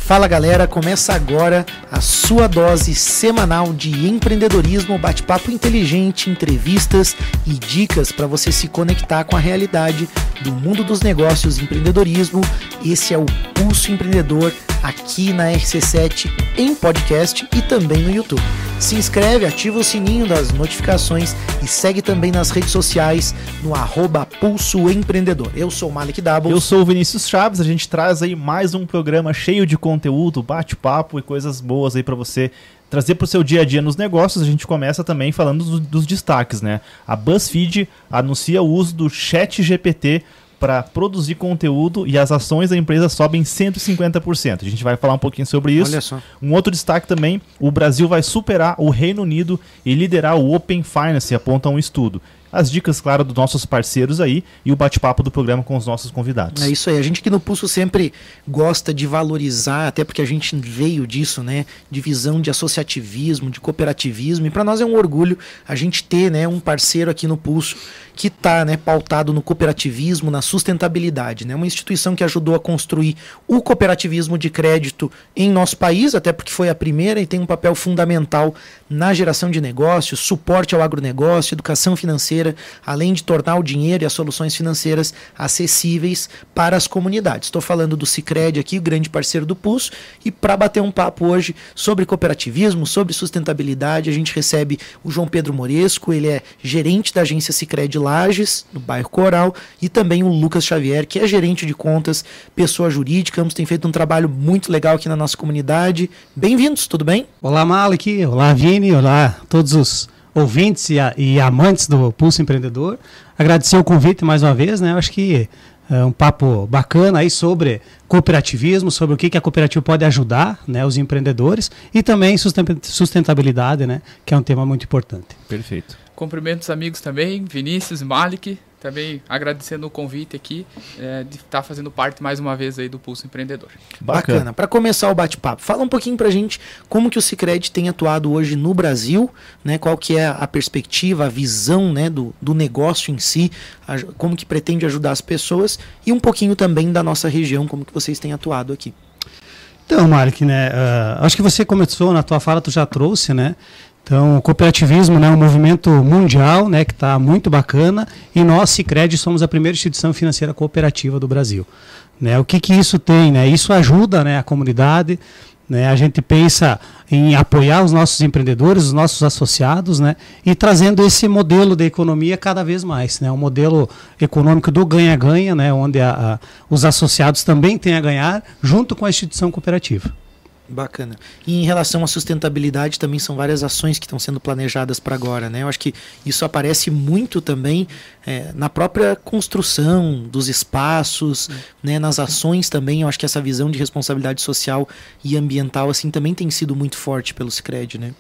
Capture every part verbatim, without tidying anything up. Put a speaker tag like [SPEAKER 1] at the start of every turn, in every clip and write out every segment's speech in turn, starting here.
[SPEAKER 1] Fala galera, começa agora a sua dose semanal de empreendedorismo, bate-papo inteligente, entrevistas e dicas para você se conectar com a realidade do mundo dos negócios e empreendedorismo. Esse é o Pulso Empreendedor aqui na R C sete em podcast e também no YouTube. Se inscreve, ativa o sininho das notificações e segue também nas redes sociais no arroba Pulso Empreendedor. Eu sou o Malik Doubles.
[SPEAKER 2] Eu sou o Vinícius Chaves. A gente traz aí mais um programa cheio de conteúdo, bate-papo e coisas boas aí para você trazer para o seu dia a dia nos negócios. A gente começa também falando do, dos destaques, né? A BuzzFeed anuncia o uso do ChatGPT para produzir conteúdo e as ações da empresa sobem cento e cinquenta por cento. A gente vai falar um pouquinho sobre isso.
[SPEAKER 1] Olha só.
[SPEAKER 2] Um outro destaque também, o Brasil vai superar o Reino Unido e liderar o Open Finance, aponta um estudo. As dicas, claro, dos nossos parceiros aí e o bate-papo do programa com os nossos convidados.
[SPEAKER 1] É isso aí, a gente aqui no Pulso sempre gosta de valorizar, até porque a gente veio disso, né, de visão de associativismo, de cooperativismo, e para nós é um orgulho a gente ter, né, um parceiro aqui no Pulso que está, né, pautado no cooperativismo, na sustentabilidade, né, uma instituição que ajudou a construir o cooperativismo de crédito em nosso país, até porque foi a primeira e tem um papel fundamental na geração de negócios, suporte ao agronegócio, educação financeira, além de tornar o dinheiro e as soluções financeiras acessíveis para as comunidades. Estou falando do Sicredi aqui, o grande parceiro do Pulso, e para bater um papo hoje sobre cooperativismo, sobre sustentabilidade, a gente recebe o João Pedro Moresco, ele é gerente da agência Sicredi Lages, no bairro Coral, e também o Lucas Xavier, que é gerente de contas, pessoa jurídica. Ambos têm feito um trabalho muito legal aqui na nossa comunidade. Bem-vindos, tudo bem?
[SPEAKER 3] Olá, Malik, olá, Vini, olá a todos os ouvintes e, a, e amantes do Pulso Empreendedor. Agradecer o convite mais uma vez, né? Eu acho que é um papo bacana aí sobre cooperativismo, sobre o que, que a cooperativa pode ajudar, né, os empreendedores, e também sustentabilidade, né, que é um tema muito importante.
[SPEAKER 2] Perfeito.
[SPEAKER 4] Cumprimento os amigos também, Vinícius, Malik, também agradecendo o convite aqui, é, de estar fazendo parte mais uma vez aí do Pulso Empreendedor.
[SPEAKER 1] Bacana. Bacana. Para começar o bate-papo, fala um pouquinho pra gente como que o Sicredi tem atuado hoje no Brasil, né? Qual que é a perspectiva, a visão, né, do, do negócio em si, a, como que pretende ajudar as pessoas e um pouquinho também da nossa região, como que vocês têm atuado aqui.
[SPEAKER 3] Então, Malik, né, uh, acho que você começou na tua fala, tu já trouxe, né? Então, o cooperativismo, né, é um movimento mundial, né, que está muito bacana, e nós, Sicredi, somos a primeira instituição financeira cooperativa do Brasil. Né, o que, que isso tem? Né? Isso ajuda, né, a comunidade, né, a gente pensa em apoiar os nossos empreendedores, os nossos associados, né, e trazendo esse modelo de economia cada vez mais. Né, um modelo econômico do ganha-ganha, né, onde a, a, os associados também têm a ganhar, junto com a instituição cooperativa.
[SPEAKER 1] Bacana. E em relação à sustentabilidade, também são várias ações que estão sendo planejadas para agora, né? Eu acho que isso aparece muito também é, na própria construção dos espaços, né? Nas ações também. Eu acho que essa visão de responsabilidade social e ambiental assim também tem sido muito forte pelo Sicredi, né?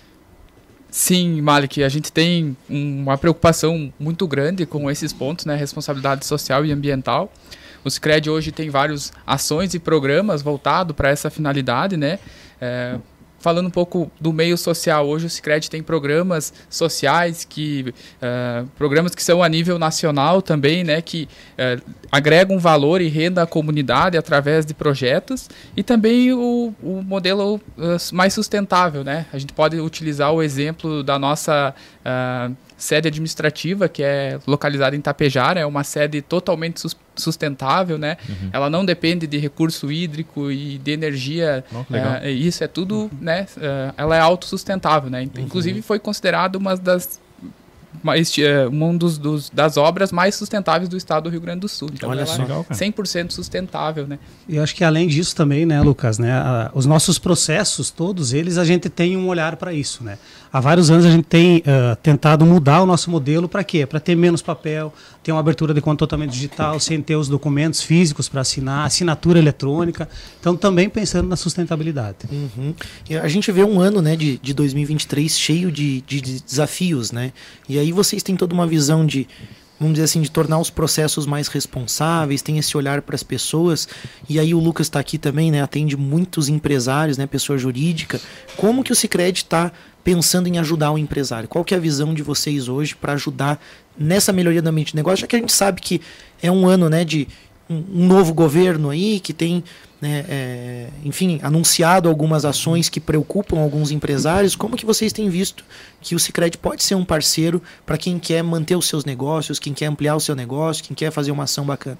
[SPEAKER 4] Sim, Malik, a gente tem uma preocupação muito grande com esses pontos, né? Responsabilidade social e ambiental. O Sicredi hoje tem várias ações e programas voltados para essa finalidade, né? É, falando um pouco do meio social, hoje o Sicredi tem programas sociais, que, uh, programas que são a nível nacional também, né? Que uh, agregam valor e renda à comunidade através de projetos, e também o, o modelo uh, mais sustentável, né? A gente pode utilizar o exemplo da nossa Uh, sede administrativa, que é localizada em Tapejara, é uma sede totalmente sus- sustentável, né? Uhum. Ela não depende de recurso hídrico e de energia. Oh, uh, isso é tudo, uhum. né? Uh, ela é autossustentável, né? Inclusive uhum. foi considerada uma das mais, uh, um dos, dos, das obras mais sustentáveis do estado do Rio Grande do Sul. Então,
[SPEAKER 1] olha
[SPEAKER 4] ela
[SPEAKER 1] só,
[SPEAKER 4] é cem por cento sustentável, né?
[SPEAKER 3] E eu acho que além disso também, né, Lucas, né, a, os nossos processos, todos eles, a gente tem um olhar para isso, né? Há vários anos a gente tem uh, tentado mudar o nosso modelo para quê? Para ter menos papel, ter uma abertura de conta totalmente digital, sem ter os documentos físicos para assinar, assinatura eletrônica. Então, também pensando na sustentabilidade.
[SPEAKER 1] Uhum. E a gente vê um ano, né, de, de dois mil e vinte e três cheio de, de, de desafios, né? E aí vocês têm toda uma visão de, vamos dizer assim, de tornar os processos mais responsáveis, tem esse olhar para as pessoas. E aí o Lucas está aqui também, né, atende muitos empresários, né, pessoa jurídica. Como que o Sicredi está pensando em ajudar o empresário? Qual que é a visão de vocês hoje para ajudar nessa melhoria do ambiente de negócio? Já que a gente sabe que é um ano, né, de um, um novo governo aí que tem, né, é, enfim, anunciado algumas ações que preocupam alguns empresários. Como que vocês têm visto que o Sicredi pode ser um parceiro para quem quer manter os seus negócios, quem quer ampliar o seu negócio, quem quer fazer uma ação bacana?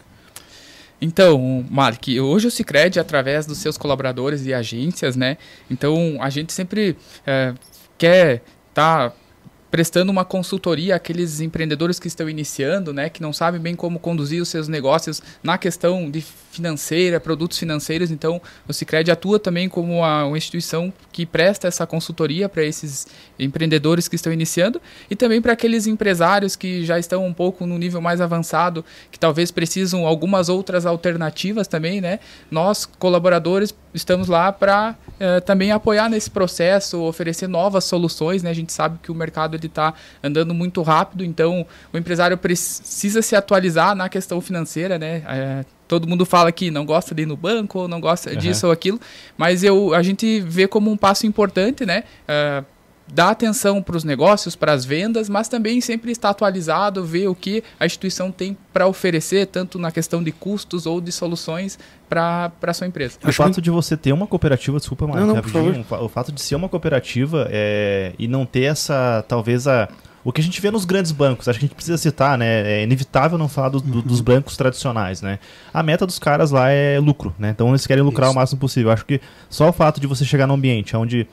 [SPEAKER 4] Então, Malik, hoje o Sicredi, através dos seus colaboradores e agências, né? Então, a gente sempre é, quer estar tá prestando uma consultoria àqueles empreendedores que estão iniciando, né? Que não sabem bem como conduzir os seus negócios na questão de financeira, produtos financeiros. Então, o Sicredi atua também como uma, uma instituição que presta essa consultoria para esses empreendedores que estão iniciando e também para aqueles empresários que já estão um pouco no nível mais avançado, que talvez precisam algumas outras alternativas também, né? Nós, colaboradores, estamos lá para eh, também apoiar nesse processo, oferecer novas soluções, né? A gente sabe que o mercado está andando muito rápido, então o empresário precisa se atualizar na questão financeira, né? É, todo mundo fala que não gosta de ir no banco, ou não gosta uhum. disso ou aquilo, mas eu, a gente vê como um passo importante, né? Uh, dar atenção para os negócios, para as vendas, mas também sempre estar atualizado, ver o que a instituição tem para oferecer, tanto na questão de custos ou de soluções para a sua empresa.
[SPEAKER 2] O fato muito... de você ter uma cooperativa, desculpa, Marcos,
[SPEAKER 1] não, não,
[SPEAKER 2] rapidinho, o fato de ser uma cooperativa é, e não ter essa, talvez a... O que a gente vê nos grandes bancos, acho que a gente precisa citar, né? É inevitável não falar do, do, dos bancos tradicionais, né? A meta dos caras lá é lucro, né? Então eles querem lucrar Isso. o máximo possível. Acho que só o fato de você chegar num ambiente onde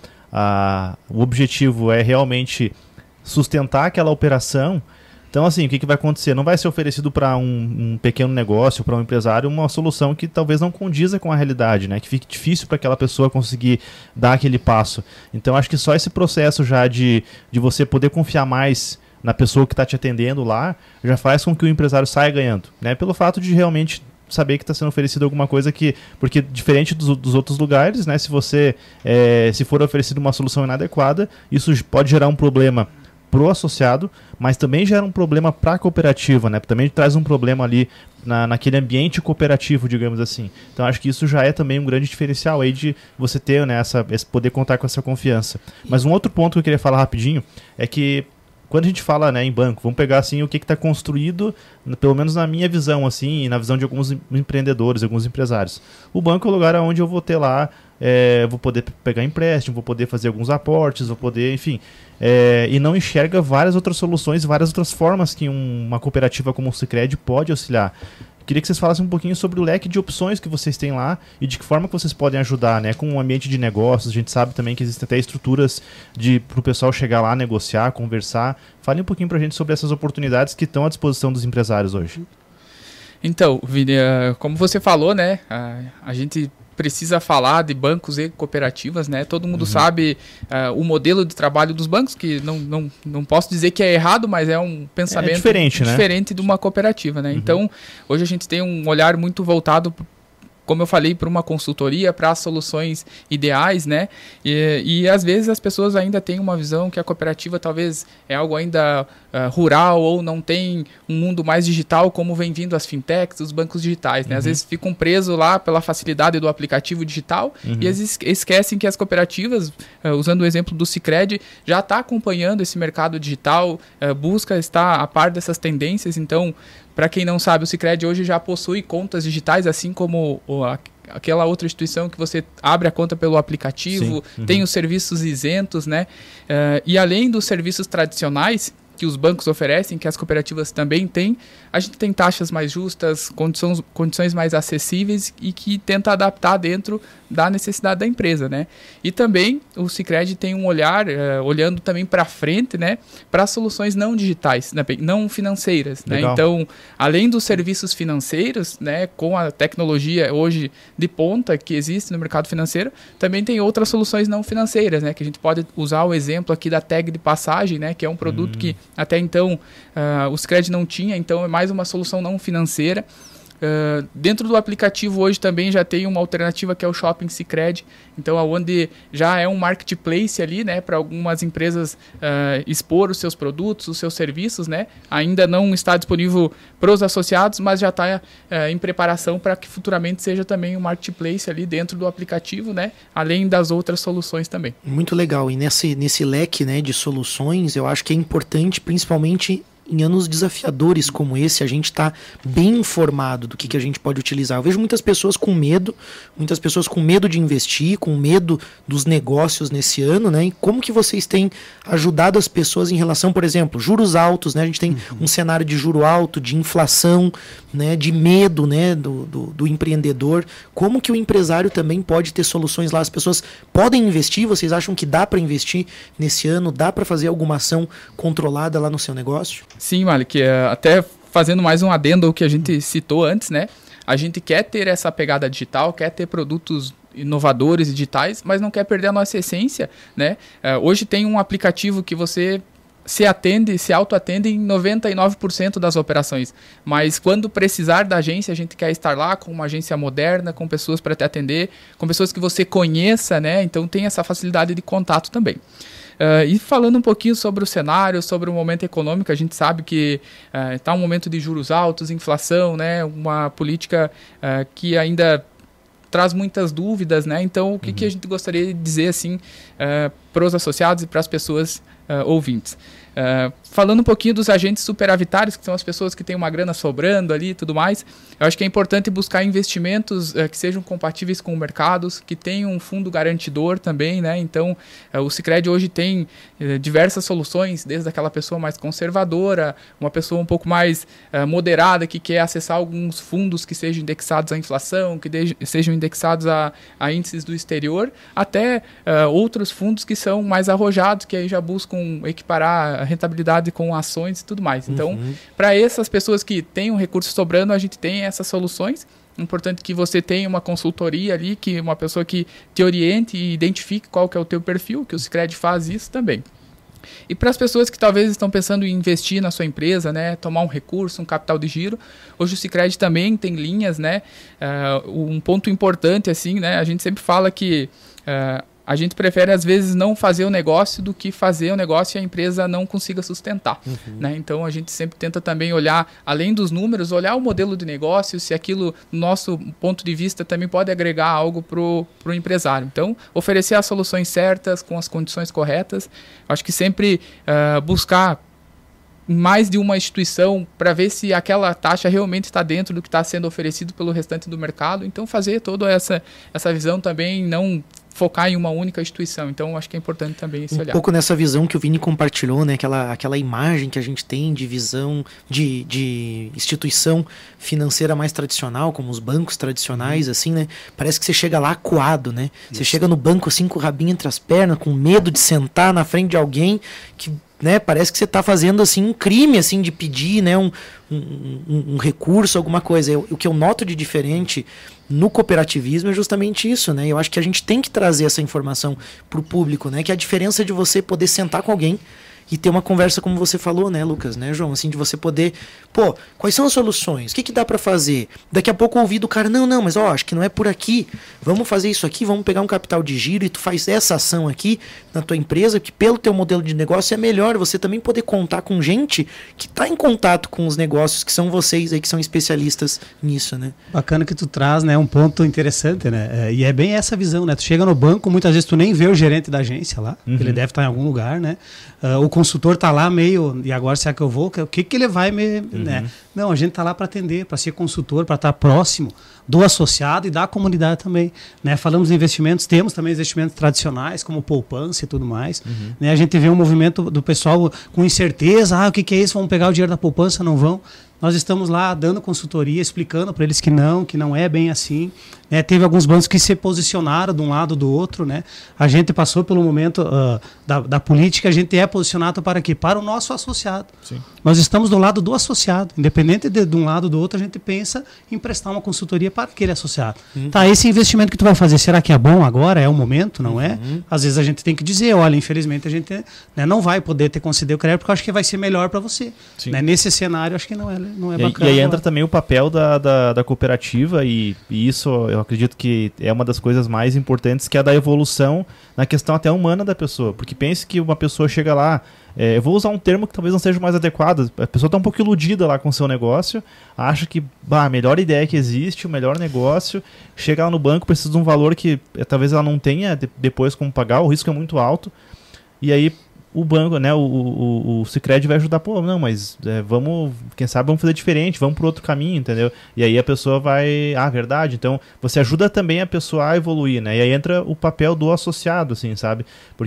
[SPEAKER 2] a, o objetivo é realmente sustentar aquela operação. Então, assim, o que, que vai acontecer? Não vai ser oferecido para um, um pequeno negócio, para um empresário, uma solução que talvez não condiza com a realidade, né? Que fique difícil para aquela pessoa conseguir dar aquele passo. Então, acho que só esse processo já de, de você poder confiar mais na pessoa que está te atendendo lá, já faz com que o empresário saia ganhando, né? Pelo fato de realmente saber que está sendo oferecido alguma coisa que... Porque diferente dos, dos outros lugares, né? Se você é, se for oferecido uma solução inadequada, isso pode gerar um problema pro associado, mas também gera um problema para a cooperativa, né? Também traz um problema ali na, naquele ambiente cooperativo, digamos assim. Então acho que isso já é também um grande diferencial aí de você ter, né, essa, esse poder contar com essa confiança. Mas um outro ponto que eu queria falar rapidinho é que quando a gente fala, né, em banco, vamos pegar assim o que está construído, pelo menos na minha visão, assim, e na visão de alguns empreendedores, alguns empresários. O banco é o lugar onde eu vou ter lá, é, vou poder pegar empréstimo, vou poder fazer alguns aportes, vou poder, enfim, é, e não enxerga várias outras soluções, várias outras formas que um, uma cooperativa como o Sicredi pode auxiliar. Queria que vocês falassem um pouquinho sobre o leque de opções que vocês têm lá e de que forma que vocês podem ajudar, né? Com o ambiente de negócios, a gente sabe também que existem até estruturas para o pessoal chegar lá, negociar, conversar. Fale um pouquinho para a gente sobre essas oportunidades que estão à disposição dos empresários hoje.
[SPEAKER 4] Então, Vini, como você falou, né? A, a gente precisa falar de bancos e cooperativas, né? Todo mundo uhum. sabe uh, o modelo de trabalho dos bancos, que não, não, não posso dizer que é errado, mas é um pensamento
[SPEAKER 2] é diferente,
[SPEAKER 4] diferente
[SPEAKER 2] né?
[SPEAKER 4] de uma cooperativa, né? Uhum. Então, hoje a gente tem um olhar muito voltado, como eu falei, para uma consultoria, para soluções ideais, né? E, e às vezes as pessoas ainda têm uma visão que a cooperativa talvez é algo ainda uh, rural ou não tem um mundo mais digital, como vem vindo as fintechs, os bancos digitais, né? Uhum. Às vezes ficam presos lá pela facilidade do aplicativo digital uhum. e às vezes esquecem que as cooperativas, uh, usando o exemplo do Sicredi, já está acompanhando esse mercado digital, uh, busca estar a par dessas tendências. Então, para quem não sabe, o Sicredi hoje já possui contas digitais, assim como o, a, aquela outra instituição que você abre a conta pelo aplicativo, uhum. tem os serviços isentos, né? Uh, e além dos serviços tradicionais que os bancos oferecem, que as cooperativas também têm, a gente tem taxas mais justas, condições, condições mais acessíveis e que tenta adaptar dentro da necessidade da empresa, né? E também o Sicredi tem um olhar, uh, olhando também para frente, né? Para soluções não digitais, né? Não financeiras, né? Então, além dos serviços financeiros, né? Com a tecnologia hoje de ponta que existe no mercado financeiro, também tem outras soluções não financeiras, né? Que a gente pode usar o exemplo aqui da tag de passagem, né? Que é um produto hum. que até então uh, o Sicredi não tinha, então é mais uma solução não financeira. Uh, dentro do aplicativo hoje também já tem uma alternativa que é o Shopping Sicredi, então onde já é um marketplace ali, né, para algumas empresas uh, expor os seus produtos, os seus serviços, né, ainda não está disponível para os associados, mas já está uh, em preparação para que futuramente seja também um marketplace ali dentro do aplicativo, né, além das outras soluções também.
[SPEAKER 1] Muito legal, e nesse, nesse leque, né, de soluções, eu acho que é importante principalmente em anos desafiadores como esse, a gente está bem informado do que, que a gente pode utilizar. Eu vejo muitas pessoas com medo, muitas pessoas com medo de investir, com medo dos negócios nesse ano, né? E como que vocês têm ajudado as pessoas em relação, por exemplo, juros altos, né? A gente tem uhum. um cenário de juro alto, de inflação, né? De medo, né? do, do, do empreendedor. Como que o empresário também pode ter soluções lá? As pessoas podem investir? Vocês acham que dá para investir nesse ano? Dá para fazer alguma ação controlada lá no seu negócio?
[SPEAKER 4] Sim, Malik, até fazendo mais um adendo ao que a gente citou antes, né? A gente quer ter essa pegada digital, quer ter produtos inovadores digitais, mas não quer perder a nossa essência, né? Hoje tem um aplicativo que você se atende, se auto-atende em noventa e nove por cento das operações, mas quando precisar da agência, a gente quer estar lá com uma agência moderna, com pessoas para te atender, com pessoas que você conheça, né? Então tem essa facilidade de contato também. Uh, e falando um pouquinho sobre o cenário, sobre o momento econômico, a gente sabe que está uh, um momento de juros altos, inflação, né, uma política uh, que ainda traz muitas dúvidas, né? Então, o que, uhum. que a gente gostaria de dizer assim uh, para os associados e para as pessoas uh, ouvintes? Uh, falando um pouquinho dos agentes superavitários, que são as pessoas que têm uma grana sobrando ali e tudo mais, eu acho que é importante buscar investimentos uh, que sejam compatíveis com o mercado, que tenham um fundo garantidor também, né? Então, uh, o Sicredi hoje tem uh, diversas soluções, desde aquela pessoa mais conservadora, uma pessoa um pouco mais uh, moderada, que quer acessar alguns fundos que sejam indexados à inflação, que de- sejam indexados a, a índices do exterior, até uh, outros fundos que são mais arrojados, que aí já buscam equiparar a rentabilidade com ações e tudo mais. Então, uhum. para essas pessoas que têm um recurso sobrando, a gente tem essas soluções. É importante que você tenha uma consultoria ali, que uma pessoa que te oriente e identifique qual que é o teu perfil, que o Sicredi faz isso também. E para as pessoas que talvez estão pensando em investir na sua empresa, né, tomar um recurso, um capital de giro, hoje o Sicredi também tem linhas, né, uh, um ponto importante, assim, né, a gente sempre fala que uh, a gente prefere, às vezes, não fazer o negócio do que fazer o negócio e a empresa não consiga sustentar. Uhum. Né? Então, a gente sempre tenta também olhar, além dos números, olhar o modelo de negócio, se aquilo, do nosso ponto de vista, também pode agregar algo para o empresário. Então, oferecer as soluções certas, com as condições corretas. Acho que sempre uh, buscar mais de uma instituição para ver se aquela taxa realmente está dentro do que está sendo oferecido pelo restante do mercado. Então, fazer toda essa, essa visão também, não focar em uma única instituição. Então, acho que é importante também esse
[SPEAKER 1] um
[SPEAKER 4] olhar.
[SPEAKER 1] Um pouco nessa visão que o Vini compartilhou, né? Aquela, aquela imagem que a gente tem de visão de, de instituição financeira mais tradicional, como os bancos tradicionais, uhum. assim, né? Parece que você chega lá acuado, né? Isso. Você chega no banco assim com o rabinho entre as pernas, com medo de sentar na frente de alguém que... Né, parece que você está fazendo assim um crime assim de pedir, né, um, um, um, um recurso, alguma coisa. Eu, o que eu noto de diferente no cooperativismo é justamente isso, né? Eu acho que a gente tem que trazer essa informação para o público, né? Que a diferença de você poder sentar com alguém e ter uma conversa como você falou, né, Lucas, né, João? Assim, de você poder, pô, quais são as soluções? O que, que dá para fazer? Daqui a pouco ouvir do cara, não, não, mas ó, acho que não é por aqui. Vamos fazer isso aqui, vamos pegar um capital de giro e tu faz essa ação aqui na tua empresa, que pelo teu modelo de negócio é melhor você também poder contar com gente que está em contato com os negócios, que são vocês aí, que são especialistas nisso, né?
[SPEAKER 3] Bacana que tu traz, né, um ponto interessante, né? É, e é bem essa visão, né? Tu chega no banco, muitas vezes tu nem vê o gerente da agência lá, uhum. ele deve estar em algum lugar, né? Uh, o consultor tá lá meio, e agora será que eu vou? O que que ele vai me... Uhum. Né? Não, a gente tá lá para atender, para ser consultor, para estar próximo do associado e da comunidade também. Né? Falamos em investimentos, temos também investimentos tradicionais, como poupança e tudo mais. Uhum. Né? A gente vê um movimento do pessoal com incerteza, ah, o que, que é isso? Vão pegar o dinheiro da poupança? Não vão. Nós estamos lá dando consultoria, explicando para eles que não, que não é bem assim. Né? Teve alguns bancos que se posicionaram de um lado ou do outro. Né? A gente passou pelo momento uh, da, da política, a gente é posicionado para quê? Para o nosso associado. Sim. Nós estamos do lado do associado. Independente de, de um lado ou do outro, a gente pensa em prestar uma consultoria para aquele associado. Uhum. Tá, esse investimento que tu vai fazer, será que é bom agora? É o momento? Não uhum. é? Às vezes a gente tem que dizer, olha, infelizmente a gente né, não vai poder te conceder o crédito porque eu acho que vai ser melhor para você. Né? Nesse cenário, acho que não é, não é
[SPEAKER 2] e,
[SPEAKER 3] bacana.
[SPEAKER 2] E aí entra também o papel da, da, da cooperativa e, e isso eu acredito que é uma das coisas mais importantes, que é a da evolução na questão até humana da pessoa. Porque pense que uma pessoa chega lá, é, eu vou usar um termo que talvez não seja o mais adequado, a pessoa está um pouco iludida lá com o seu negócio, acha que bah, a melhor ideia que existe, o melhor negócio, chega lá no banco, precisa de um valor que é, talvez ela não tenha de, depois como pagar, o risco é muito alto, e aí o banco, né, o, o, o Sicredi vai ajudar, pô, não, mas é, vamos, quem sabe vamos fazer diferente, vamos por outro caminho, entendeu? E aí a pessoa vai, ah, verdade, então você ajuda também a pessoa a evoluir, né? E aí entra o papel do associado, assim, sabe?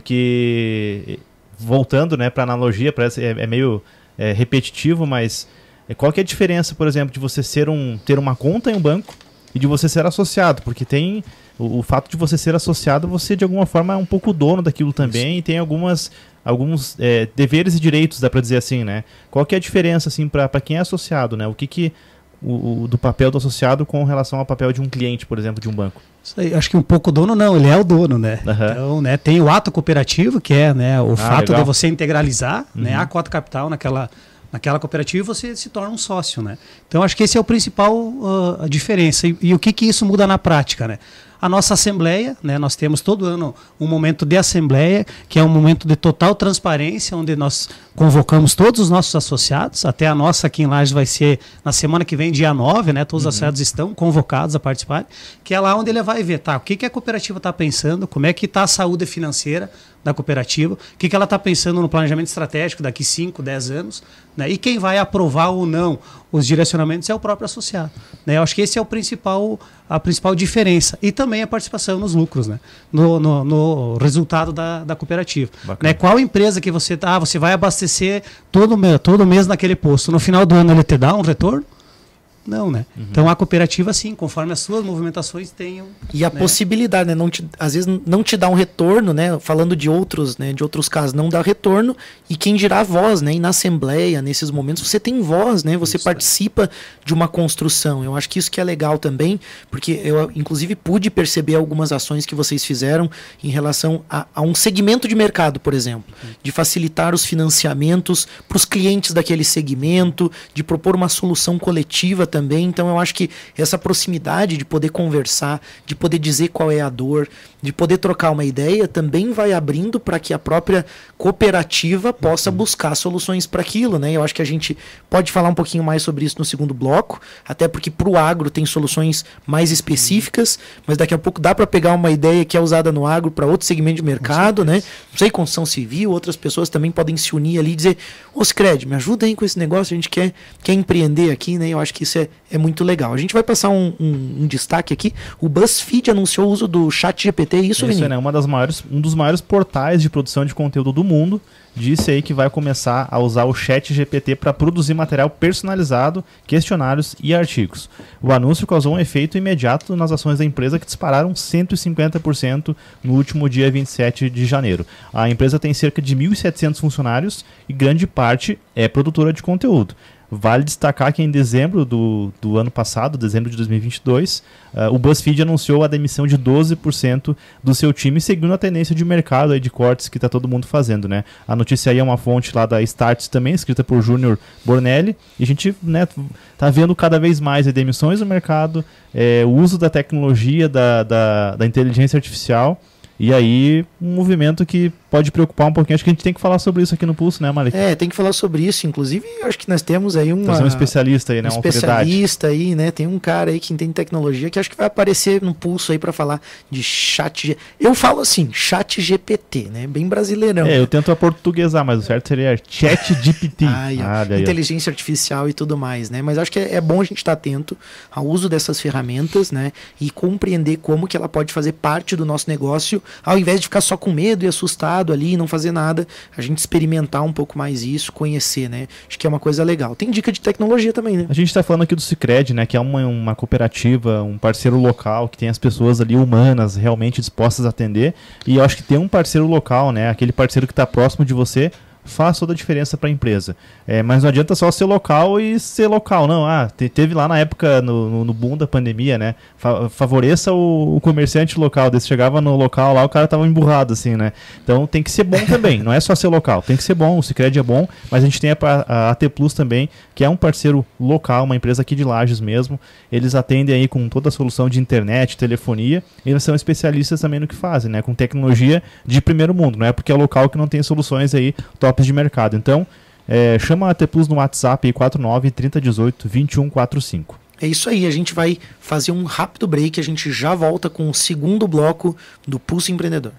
[SPEAKER 2] Porque, voltando, né, pra analogia, parece, é, é meio é, repetitivo, mas qual que é a diferença, por exemplo, de você ser um, ter uma conta em um banco e de você ser associado? Porque tem... O, o fato de você ser associado, você de alguma forma é um pouco dono daquilo também. Isso. E tem algumas, alguns é, deveres e direitos, dá pra dizer assim, né? Qual que é a diferença, assim, pra, pra quem é associado, né? O que que... O, o, do papel do associado com relação ao papel de um cliente, por exemplo, de um banco?
[SPEAKER 3] Isso aí, acho que um pouco dono não, ele é o dono, né? Uhum. Então, né, tem o ato cooperativo, que é, né, o ah, fato legal. de você integralizar, uhum. né, a cota capital naquela, naquela cooperativa e você se torna um sócio, né? Então, acho que esse é o principal uh, a diferença. E, e o que que isso muda na prática, né? A nossa assembleia, né, nós temos todo ano um momento de assembleia, que é um momento de total transparência, onde nós convocamos todos os nossos associados, até a nossa aqui em Lages vai ser na semana que vem, dia nove, né, todos uhum. os associados estão convocados a participar, que é lá onde ele vai ver, tá, o que, que a cooperativa está pensando, como é que está a saúde financeira da cooperativa, o que, que ela está pensando no planejamento estratégico daqui cinco, dez anos, né, e quem vai aprovar ou não os direcionamentos é o próprio associado. Né? Eu acho que esse é o principal, a principal diferença. E também a participação nos lucros, né? no, no, no resultado da, da cooperativa. Né? Qual empresa que você... Ah, você vai abastecer todo, todo mês naquele posto. No final do ano ele te dá um retorno? Não, né? Uhum. Então a cooperativa, sim, conforme as suas movimentações tenham...
[SPEAKER 1] E a né? possibilidade, né? Não te, às vezes não te dá um retorno, né? Falando de outros, né? De outros casos, não dá retorno. E quem dirá voz, né? E na assembleia, nesses momentos, você tem voz, né? Você isso, participa é. de uma construção. Eu acho que isso que é legal também, porque eu, inclusive, pude perceber algumas ações que vocês fizeram em relação a, a um segmento de mercado, por exemplo. Uhum. De facilitar os financiamentos para os clientes daquele segmento, de propor uma solução coletiva também. Então eu acho que essa proximidade de poder conversar, de poder dizer qual é a dor, de poder trocar uma ideia, também vai abrindo para que a própria cooperativa possa uhum. buscar soluções para aquilo, né? Eu acho que a gente pode falar um pouquinho mais sobre isso no segundo bloco, até porque para o agro tem soluções mais específicas, uhum. mas daqui a pouco dá para pegar uma ideia que é usada no agro para outro segmento de mercado, né? Não sei, construção civil, outras pessoas também podem se unir ali e dizer, ô Sicredi, me ajuda aí com esse negócio, a gente quer, quer empreender aqui, né? Eu acho que isso é, é muito legal. A gente vai passar um, um, um destaque aqui. O BuzzFeed anunciou o uso do ChatGPT, isso, Vini?
[SPEAKER 2] Isso, né? Uma das maiores, um dos maiores portais de produção de conteúdo do mundo disse aí que vai começar a usar o ChatGPT para produzir material personalizado, questionários e artigos. O anúncio causou um efeito imediato nas ações da empresa, que dispararam cento e cinquenta por cento no último dia vinte e sete de janeiro. A empresa tem cerca de mil e setecentos funcionários e grande parte é produtora de conteúdo. Vale destacar que em dezembro do, do ano passado, dezembro de dois mil e vinte e dois, uh, o BuzzFeed anunciou a demissão de doze por cento do seu time, seguindo a tendência de mercado aí de cortes que está todo mundo fazendo, né? A notícia aí é uma fonte lá da Starts também, escrita por Júnior Bornelli, e a gente, né, tá vendo cada vez mais aí, demissões no mercado, é, o uso da tecnologia, da, da, da inteligência artificial. E aí, um movimento que pode preocupar um pouquinho. Acho que a gente tem que falar sobre isso aqui no Pulso, né, Malik?
[SPEAKER 1] É, tem que falar sobre isso. Inclusive, acho que nós temos aí uma...
[SPEAKER 2] um especialista aí, né?
[SPEAKER 1] Um especialista aí, né? Tem um cara aí que entende tecnologia que acho que vai aparecer no Pulso aí para falar de chat... Eu falo assim, chat G P T, né? Bem brasileirão.
[SPEAKER 2] É, eu tento aportuguesar, mas o certo seria chat G P T.
[SPEAKER 1] ah, ah, daí, inteligência ó. artificial e tudo mais, né? Mas acho que é, é bom a gente estar atento ao uso dessas ferramentas, né? E compreender como que ela pode fazer parte do nosso negócio, ao invés de ficar só com medo e assustado ali e não fazer nada, a gente experimentar um pouco mais isso, conhecer, né? Acho que é uma coisa legal. Tem dica de tecnologia também, né?
[SPEAKER 2] A gente está falando aqui do Sicredi, né? Que é uma, uma cooperativa, um parceiro local, que tem as pessoas ali humanas, realmente dispostas a atender. E eu acho que ter um parceiro local, né? Aquele parceiro que está próximo de você, faz toda a diferença para a empresa. É, mas não adianta só ser local e ser local, não. Ah, te, teve lá na época, no, no, no boom da pandemia, né? Fa favoreça o, o comerciante local. Desse chegava no local lá, o cara tava emburrado, assim, né? Então tem que ser bom também. Não é só ser local. Tem que ser bom. O Sicredi é bom, mas a gente tem a, a AT Plus também, que é um parceiro local, uma empresa aqui de Lages mesmo. Eles atendem aí com toda a solução de internet, telefonia. E eles são especialistas também no que fazem, né? Com tecnologia de primeiro mundo. Não é porque é local que não tem soluções aí top de mercado. Então, é, chama a AT Plus no WhatsApp aí, quatro nove, trinta, dezoito, vinte e um quarenta e cinco.
[SPEAKER 1] É isso aí, a gente vai fazer um rápido break, a gente já volta com o segundo bloco do Pulso Empreendedor.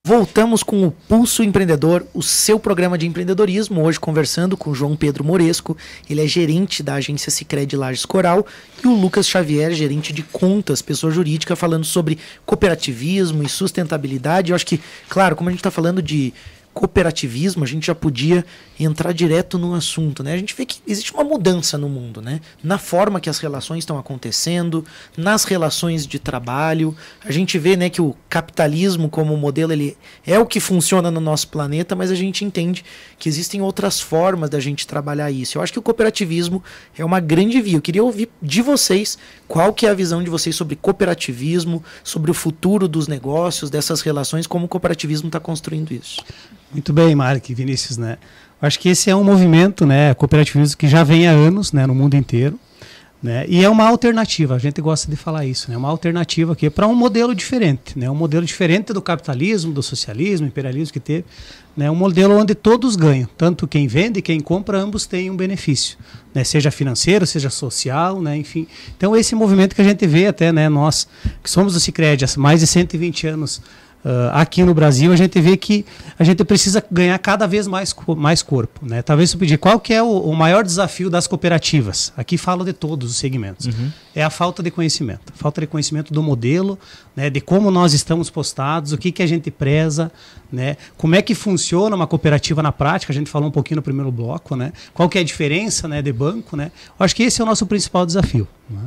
[SPEAKER 1] Voltamos com o Pulso Empreendedor, o seu programa de empreendedorismo, hoje conversando com o João Pedro Moresco, ele é gerente da agência Sicredi Lages Coral, e o Lucas Xavier, gerente de contas, pessoa jurídica, falando sobre cooperativismo e sustentabilidade. Eu acho que, claro, como a gente está falando de cooperativismo, a gente já podia entrar direto no assunto, né? A gente vê que existe uma mudança no mundo, né? Na forma que as relações estão acontecendo, nas relações de trabalho. A gente vê, né, que o capitalismo como modelo, ele é o que funciona no nosso planeta, mas a gente entende que existem outras formas da gente trabalhar isso. Eu acho que o cooperativismo é uma grande via. Eu queria ouvir de vocês qual que é a visão de vocês sobre cooperativismo, sobre o futuro dos negócios, dessas relações, como o cooperativismo está construindo isso.
[SPEAKER 3] Muito bem, Mark, Vinícius, né? Acho que esse é um movimento, né, cooperativismo que já vem há anos, né, no mundo inteiro, né? E é uma alternativa, a gente gosta de falar isso, né? Uma alternativa aqui para um modelo diferente, né? Um modelo diferente do capitalismo, do socialismo, imperialismo que teve, né? Um modelo onde todos ganham, tanto quem vende e quem compra, ambos têm um benefício, né? Seja financeiro, seja social, né? Enfim. Então esse movimento que a gente vê até, né, nós que somos do Sicredi há mais de cento e vinte anos, Uh, aqui no Brasil, a gente vê que a gente precisa ganhar cada vez mais, mais corpo, né? Talvez eu pedir qual que é o, o maior desafio das cooperativas. Aqui falo de todos os segmentos. Uhum. É a falta de conhecimento. Falta de conhecimento do modelo, né? De como nós estamos postados, o que, que a gente preza, né? Como é que funciona uma cooperativa na prática. A gente falou um pouquinho no primeiro bloco, né? Qual que é a diferença, né, de banco, né? Eu acho que esse é o nosso principal desafio, né?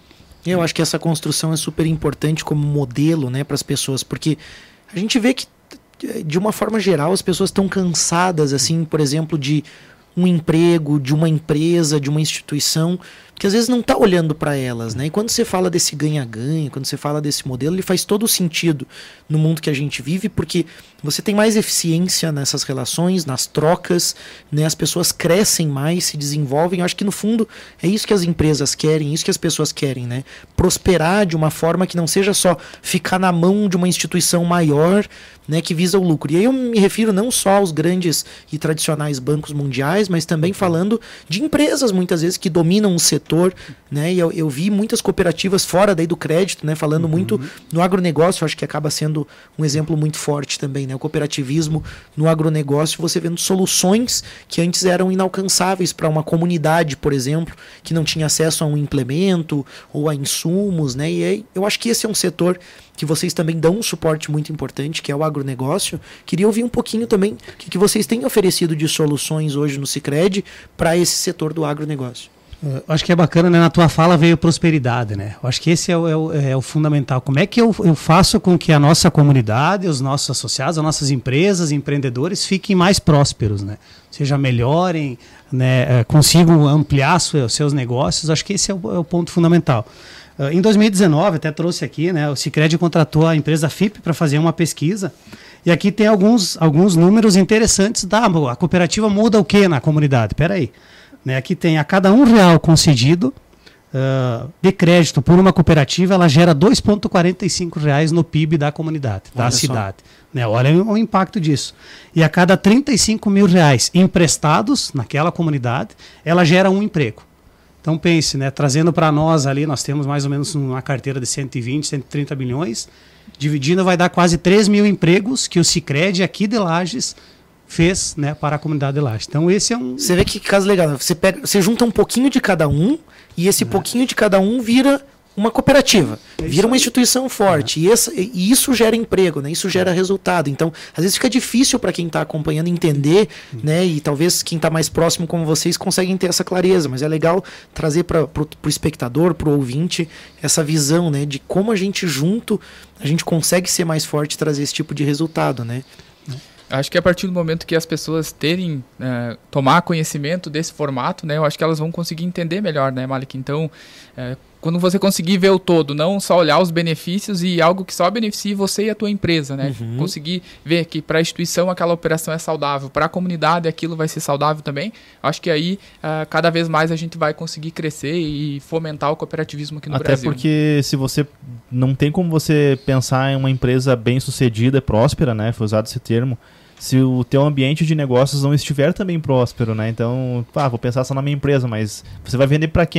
[SPEAKER 1] Eu acho que essa construção é super importante como modelo, né, para as pessoas, porque a gente vê que, de uma forma geral, as pessoas estão cansadas, assim, por exemplo, de um emprego, de uma empresa, de uma instituição, que às vezes não está olhando para elas, né? E quando você fala desse ganha-ganha, quando você fala desse modelo, ele faz todo o sentido no mundo que a gente vive, porque você tem mais eficiência nessas relações, nas trocas, né? As pessoas crescem mais, se desenvolvem. Eu acho que no fundo é isso que as empresas querem, isso que as pessoas querem, né? Prosperar de uma forma que não seja só ficar na mão de uma instituição maior, né, que visa o lucro. E aí eu me refiro não só aos grandes e tradicionais bancos mundiais, mas também falando de empresas, muitas vezes, que dominam o setor, né? E eu, eu vi muitas cooperativas fora daí do crédito, né, falando uhum. muito no agronegócio. Acho que acaba sendo um exemplo muito forte também, né? O cooperativismo no agronegócio, você vendo soluções que antes eram inalcançáveis para uma comunidade, por exemplo, que não tinha acesso a um implemento ou a insumos, né? E aí, eu acho que esse é um setor que vocês também dão um suporte muito importante, que é o agronegócio. Queria ouvir um pouquinho também o que, que vocês têm oferecido de soluções hoje no Sicredi para esse setor do agronegócio.
[SPEAKER 3] Uh, acho que é bacana, né? Na tua fala veio prosperidade, né? Eu acho que esse é o, é o, é o fundamental. Como é que eu, eu faço com que a nossa comunidade, os nossos associados, as nossas empresas, empreendedores fiquem mais prósperos, né? Ou seja, melhorem, né? Consigam ampliar os seus negócios. Acho que esse é o, é o ponto fundamental. Uh, em dois mil e dezenove, até trouxe aqui, né, o Sicredi contratou a empresa F I P para fazer uma pesquisa, e aqui tem alguns, alguns números interessantes da a cooperativa muda o que na comunidade? Espera aí. Né, aqui tem a cada um real concedido uh, de crédito por uma cooperativa, ela gera dois vírgula quarenta e cinco reais no P I B da comunidade, da Olha cidade. Né, olha o impacto disso. E a cada trinta e cinco mil reais emprestados naquela comunidade, ela gera um emprego. Então pense, né, trazendo para nós ali, nós temos mais ou menos uma carteira de cento e vinte, cento e trinta bilhões, dividindo vai dar quase três mil empregos que o Sicredi aqui de Lages fez, né, para a comunidade de Lages. Então esse é um...
[SPEAKER 1] Você vê que caso legal, você, pega, você junta um pouquinho de cada um e esse é. pouquinho de cada um vira uma cooperativa, é vira uma instituição forte, é. e, essa, e isso gera emprego, né? Isso gera resultado. Então, às vezes fica difícil para quem está acompanhando entender, hum. né? E talvez quem está mais próximo como vocês conseguem ter essa clareza, mas é legal trazer para o espectador, para o ouvinte, essa visão, né? De como a gente junto, a gente consegue ser mais forte e trazer esse tipo de resultado, né?
[SPEAKER 4] Acho que a partir do momento que as pessoas terem, uh, tomar conhecimento desse formato, né, eu acho que elas vão conseguir entender melhor, né, Malik? Então, uh, quando você conseguir ver o todo, não só olhar os benefícios e algo que só beneficie você e a tua empresa, né? Uhum. Conseguir ver que para a instituição aquela operação é saudável, para a comunidade aquilo vai ser saudável também. Acho que aí, uh, cada vez mais a gente vai conseguir crescer e fomentar o cooperativismo aqui no
[SPEAKER 2] Até
[SPEAKER 4] Brasil.
[SPEAKER 2] Até porque se você não tem como você pensar em uma empresa bem sucedida, próspera, né? Foi usado esse termo, se o teu ambiente de negócios não estiver também próspero, né? Então, ah, vou pensar só na minha empresa, mas você vai vender para quem?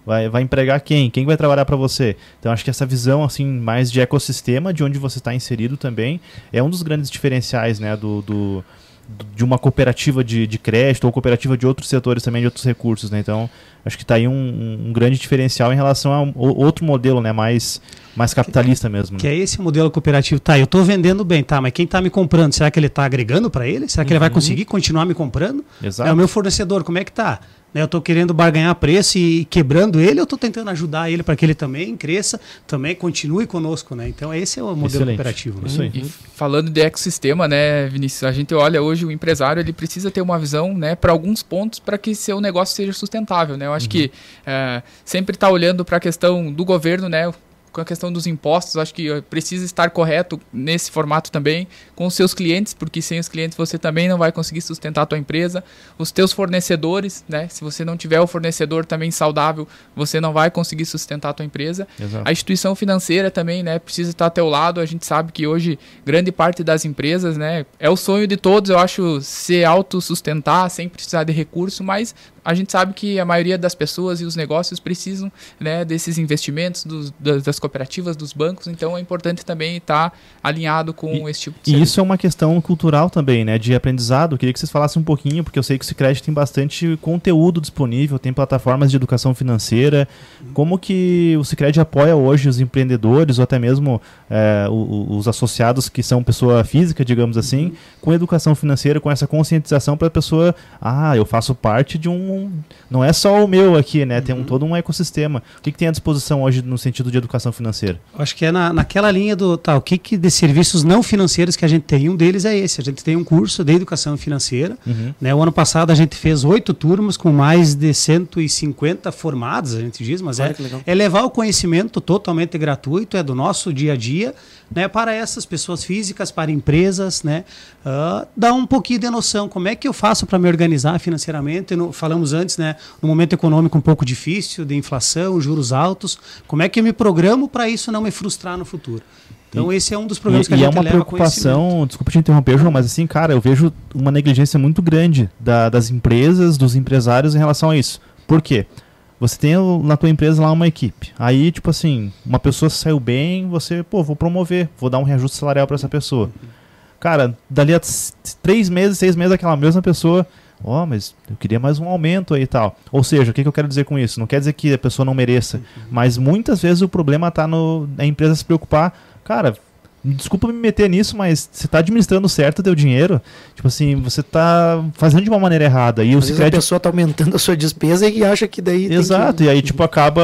[SPEAKER 2] Vai, vai empregar quem? Quem vai trabalhar para você? Então acho que essa visão assim mais de ecossistema, de onde você está inserido também, é um dos grandes diferenciais, né, do, do, de uma cooperativa de, de crédito ou cooperativa de outros setores também, de outros recursos, né? Então acho que está aí um, um grande diferencial em relação a um, outro modelo, né, mais, mais capitalista mesmo. Né?
[SPEAKER 3] Que é esse modelo cooperativo. Tá, eu estou vendendo bem, tá, mas quem está me comprando, será que ele está agregando para ele? Será que uhum. ele vai conseguir continuar me comprando?
[SPEAKER 2] Exato.
[SPEAKER 3] É o meu fornecedor, como é que tá? Eu estou querendo barganhar preço e quebrando ele, eu estou tentando ajudar ele para que ele também cresça, também continue conosco, né? Então esse é o modelo Excelente. Cooperativo. Né?
[SPEAKER 2] Isso aí.
[SPEAKER 4] E falando de ecossistema, né, Vinícius, a gente olha hoje o empresário, ele precisa ter uma visão, né, para alguns pontos para que seu negócio seja sustentável, né? Eu acho uhum. que é, sempre está olhando para a questão do governo, né? Com a questão dos impostos, acho que precisa estar correto nesse formato também com os seus clientes, porque sem os clientes você também não vai conseguir sustentar a tua empresa. Os teus fornecedores, né? Se você não tiver o fornecedor também saudável, você não vai conseguir sustentar a tua empresa.
[SPEAKER 2] Exato.
[SPEAKER 4] A instituição financeira também, né? Precisa estar ao teu lado. A gente sabe que hoje grande parte das empresas, né? É o sonho de todos, eu acho, se autossustentar sem precisar de recurso, mas a gente sabe que a maioria das pessoas e os negócios precisam, né, desses investimentos dos, das cooperativas, dos bancos, então é importante também estar alinhado com
[SPEAKER 2] e,
[SPEAKER 4] esse tipo de
[SPEAKER 2] E
[SPEAKER 4] serviço.
[SPEAKER 2] isso é uma questão cultural também, né, de aprendizado. Eu queria que vocês falassem um pouquinho, porque eu sei que o Sicredi tem bastante conteúdo disponível, tem plataformas de educação financeira. Como que o Sicredi apoia hoje os empreendedores ou até mesmo é, os, os associados que são pessoa física, digamos assim, uhum. com educação financeira, com essa conscientização para a pessoa, ah, eu faço parte de um não é só o meu aqui, né? Tem um, todo um ecossistema. O que, que tem à disposição hoje no sentido de educação financeira?
[SPEAKER 3] Acho que é na, naquela linha do tá, o que, que de serviços não financeiros que a gente tem. Um deles é esse. A gente tem um curso de educação financeira. Uhum. Né? O ano passado a gente fez oito turmas com mais de cento e cinquenta formados, a gente diz, mas é, é levar o conhecimento totalmente gratuito, é do nosso dia a dia, né, para essas pessoas físicas, para empresas, né, uh, dar um pouquinho de noção. Como é que eu faço para me organizar financeiramente? No, falamos antes, né, no momento econômico um pouco difícil, de inflação, juros altos, como é que eu me programo para isso não me frustrar no futuro? Então e, esse é um dos problemas
[SPEAKER 2] e,
[SPEAKER 3] que a gente leva.
[SPEAKER 2] E é uma preocupação, desculpa te interromper, João, mas assim, cara, eu vejo uma negligência muito grande da, das empresas, dos empresários em relação a isso. Por quê? Você tem na tua empresa lá uma equipe, aí tipo assim, uma pessoa saiu bem, você, pô, vou promover, vou dar um reajuste salarial para essa pessoa. Cara, dali a três meses, seis meses, aquela mesma pessoa... Ó, oh, mas eu queria mais um aumento aí e tal. Ou seja, o que, que eu quero dizer com isso? Não quer dizer que a pessoa não mereça, uhum. mas muitas vezes o problema está na empresa se preocupar. Cara, desculpa me meter nisso, mas você está administrando certo o teu dinheiro. Tipo assim, você está fazendo de uma maneira errada. E
[SPEAKER 1] Às
[SPEAKER 2] o
[SPEAKER 1] vezes a pessoa está aumentando a sua despesa e acha que daí...
[SPEAKER 2] Exato,
[SPEAKER 1] tem que...
[SPEAKER 2] e aí tipo acaba...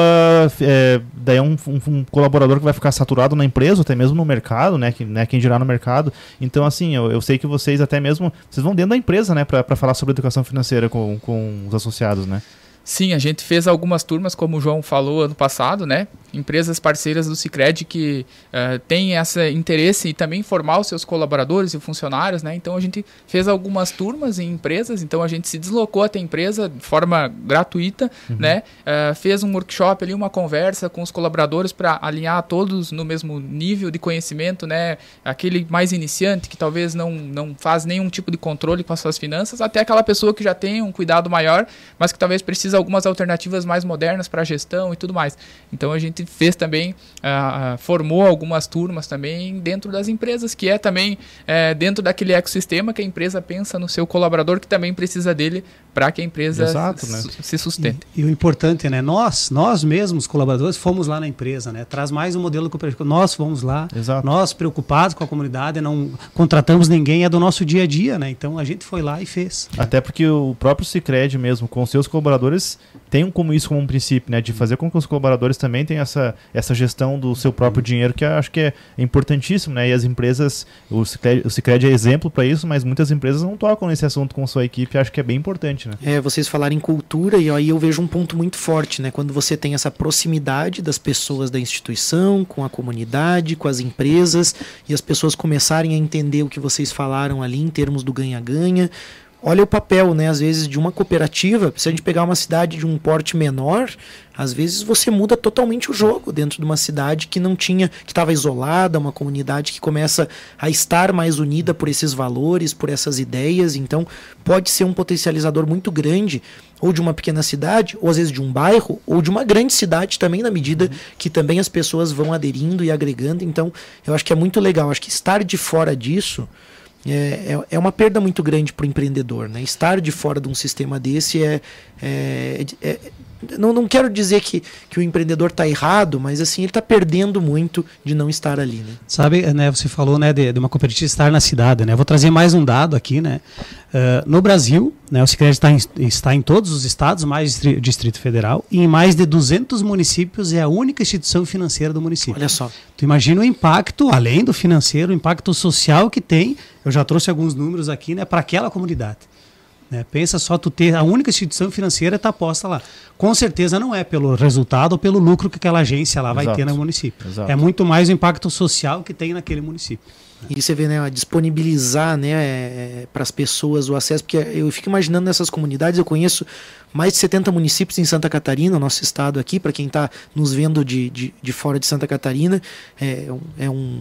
[SPEAKER 2] É, daí é um, um, um colaborador que vai ficar saturado na empresa, até mesmo no mercado, né? Que, né quem dirá no mercado. Então assim, eu, eu sei que vocês até mesmo... Vocês vão dentro da empresa, né? Para falar sobre educação financeira com, com os associados, né?
[SPEAKER 4] Sim, a gente fez algumas turmas, como o João falou ano passado, né? Empresas parceiras do Sicredi que uh, têm esse interesse e também formar os seus colaboradores e funcionários, né? Então a gente fez algumas turmas em empresas, então a gente se deslocou até a empresa de forma gratuita, uhum. né? Uh, fez um workshop ali, uma conversa com os colaboradores para alinhar todos no mesmo nível de conhecimento, né? Aquele mais iniciante que talvez não, não faz nenhum tipo de controle com as suas finanças, até aquela pessoa que já tem um cuidado maior, mas que talvez precisa algumas alternativas mais modernas para a gestão e tudo mais. Então a gente fez também, uh, formou algumas turmas também dentro das empresas, que é também uh, dentro daquele ecossistema que a empresa pensa no seu colaborador, que também precisa dele para que a empresa
[SPEAKER 2] Exato,
[SPEAKER 4] su-
[SPEAKER 2] né?
[SPEAKER 4] se sustente.
[SPEAKER 3] E, e o importante, né? Nós, nós mesmos, colaboradores, fomos lá na empresa, né? Traz mais um modelo cooperativo. Nós fomos lá,
[SPEAKER 2] Exato.
[SPEAKER 3] Nós preocupados com a comunidade, não contratamos ninguém, é do nosso dia a dia, né? Então a gente foi lá e fez.
[SPEAKER 2] Até porque o próprio Sicredi mesmo, com seus colaboradores, tem como isso como um princípio, né? De fazer com que os colaboradores também tenham essa, essa gestão do seu próprio dinheiro, que eu acho que é importantíssimo, né? E as empresas, o Sicredi, o Sicredi é exemplo para isso, mas muitas empresas não tocam nesse assunto com sua equipe, acho que é bem importante, né?
[SPEAKER 1] É, vocês falaram em cultura e aí eu vejo um ponto muito forte, né? Quando você tem essa proximidade das pessoas da instituição, com a comunidade, com as empresas, e as pessoas começarem a entender o que vocês falaram ali em termos do ganha-ganha. olha o papel, né, às vezes, de uma cooperativa. Se a gente pegar uma cidade de um porte menor, às vezes você muda totalmente o jogo dentro de uma cidade que não tinha, que estava isolada, uma comunidade que começa a estar mais unida por esses valores, por essas ideias. Então, pode ser um potencializador muito grande, ou de uma pequena cidade, ou às vezes de um bairro, ou de uma grande cidade também, na medida uhum. que também as pessoas vão aderindo e agregando. Então, eu acho que é muito legal. Acho que estar de fora disso É, é, é uma perda muito grande para o empreendedor, né? Estar de fora de um sistema desse é... é, é não, não quero dizer que, que o empreendedor está errado, mas assim, ele está perdendo muito de não estar ali, né?
[SPEAKER 3] Sabe, né, você falou, né, de, de uma cooperativa estar na cidade, né? Eu vou trazer mais um dado aqui, né? Uh, no Brasil, né, o Sicredi está em, está em todos os estados, mais o Distrito Federal, e em mais de duzentos municípios, é a única instituição financeira do município.
[SPEAKER 1] Olha só.
[SPEAKER 3] Tu imagina o impacto, além do financeiro, o impacto social que tem. Eu já trouxe alguns números aqui, né, para aquela comunidade. Né? Pensa só, tu ter a única instituição financeira está posta lá. Com certeza não é pelo resultado ou pelo lucro que aquela agência lá vai
[SPEAKER 2] Exato.
[SPEAKER 3] ter no município.
[SPEAKER 2] Exato.
[SPEAKER 3] É muito mais o impacto social que tem naquele município.
[SPEAKER 1] E você vê, né, disponibilizar, né, é, para as pessoas o acesso, porque eu fico imaginando nessas comunidades. Eu conheço mais de setenta municípios em Santa Catarina, nosso estado aqui, para quem está nos vendo de, de, de fora de Santa Catarina. É, é um,